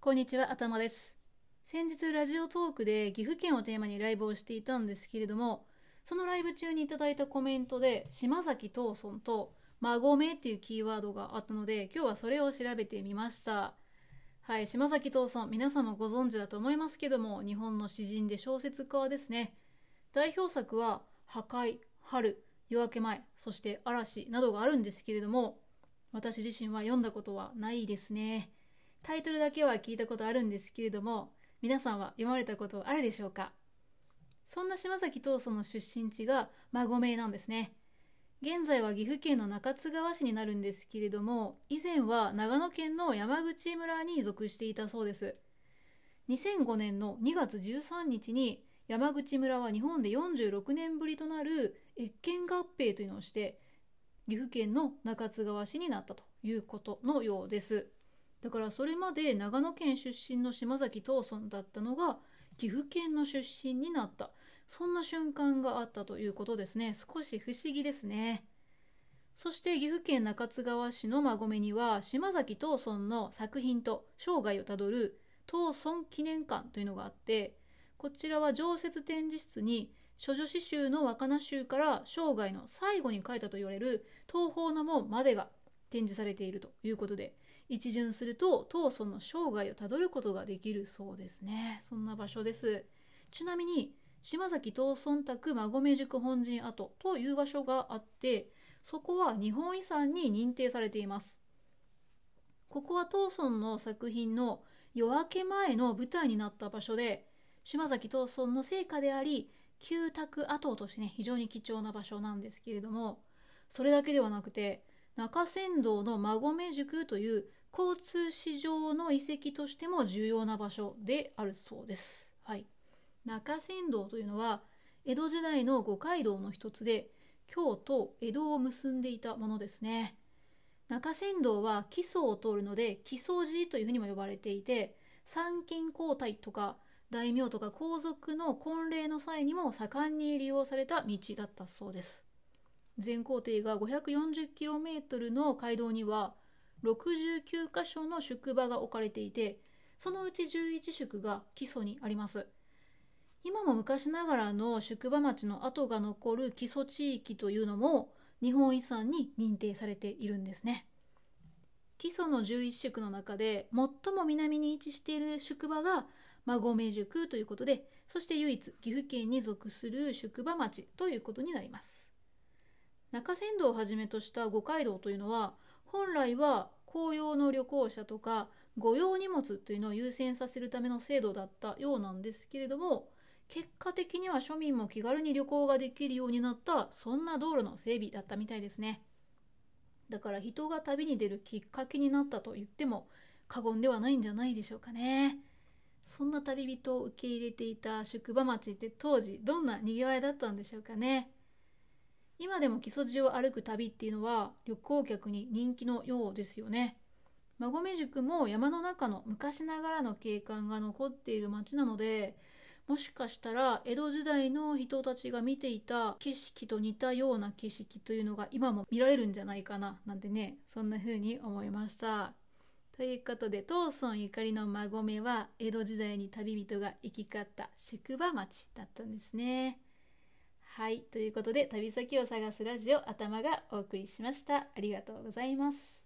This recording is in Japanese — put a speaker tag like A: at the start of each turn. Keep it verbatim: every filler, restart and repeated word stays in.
A: こんにちは、頭です。先日ラジオトークで岐阜県をテーマにライブをしていたんですけれども、そのライブ中にいただいたコメントで島崎藤村と馬込っていうキーワードがあったので、今日はそれを調べてみました。はい、島崎藤村、皆さんもご存知だと思いますけども、日本の詩人で小説家ですね。代表作は破壊、春、夜明け前、そして嵐などがあるんですけれども、私自身は読んだことはないですね。タイトルだけは聞いたことあるんですけれども、皆さんは読まれたことあるでしょうか。そんな島崎藤村の出身地が馬込なんですね。現在は岐阜県の中津川市になるんですけれども、以前は長野県の山口村に属していたそうです。にせんごねんのにがつじゅうさんにちに山口村は日本でよんじゅうろくねんぶりとなる越県合併というのをして岐阜県の中津川市になったということのようです。だからそれまで長野県出身の島崎藤村だったのが岐阜県の出身になった、そんな瞬間があったということですね。少し不思議ですね。そして岐阜県中津川市の馬込には島崎藤村の作品と生涯をたどる藤村記念館というのがあって、こちらは常設展示室に処女詩集の若菜集から生涯の最後に書いたと言われる東方の門までが展示されているということで、一巡すると藤村の生涯をたどることができるそうですね。そんな場所です。ちなみに島崎藤村宅馬込宿本陣跡という場所があって、そこは日本遺産に認定されています。ここは藤村の作品の夜明け前の舞台になった場所で、島崎藤村の生家であり旧宅跡としてね、非常に貴重な場所なんですけれども、それだけではなくて中山道の馬込宿という交通史上の遺跡としても重要な場所であるそうです。はい、中山道というのは江戸時代の五街道の一つで、京都、江戸を結んでいたものですね。中山道は木曽を通るので木曽路というふうにも呼ばれていて、参勤交代とか大名とか皇族の婚礼の際にも盛んに利用された道だったそうです。全行程が ごひゃくよんじゅっキロメートル の街道にはろくじゅうきゅうかしょの宿場が置かれていて、そのうちじゅういち宿が木曽にあります。今も昔ながらの宿場町の跡が残る木曽地域というのも日本遺産に認定されているんですね。木曽のじゅういち宿の中で最も南に位置している宿場が馬込宿ということで、そして唯一岐阜県に属する宿場町ということになります。中山道をはじめとした五街道というのは本来は公用の旅行者とか御用荷物というのを優先させるための制度だったようなんですけれども、結果的には庶民も気軽に旅行ができるようになった、そんな道路の整備だったみたいですね。だから人が旅に出るきっかけになったと言っても過言ではないんじゃないでしょうかね。そんな旅人を受け入れていた宿場町って当時どんな賑わいだったんでしょうかね。今でも木曽路を歩く旅っていうのは旅行客に人気のようですよね。馬込宿も山の中の昔ながらの景観が残っている町なので、もしかしたら江戸時代の人たちが見ていた景色と似たような景色というのが今も見られるんじゃないかななんてね、そんな風に思いました。ということで藤村ゆかりの馬込は江戸時代に旅人が行き交った宿場町だったんですね。はい、ということで旅先を探すラジオ頭がお送りしました。ありがとうございます。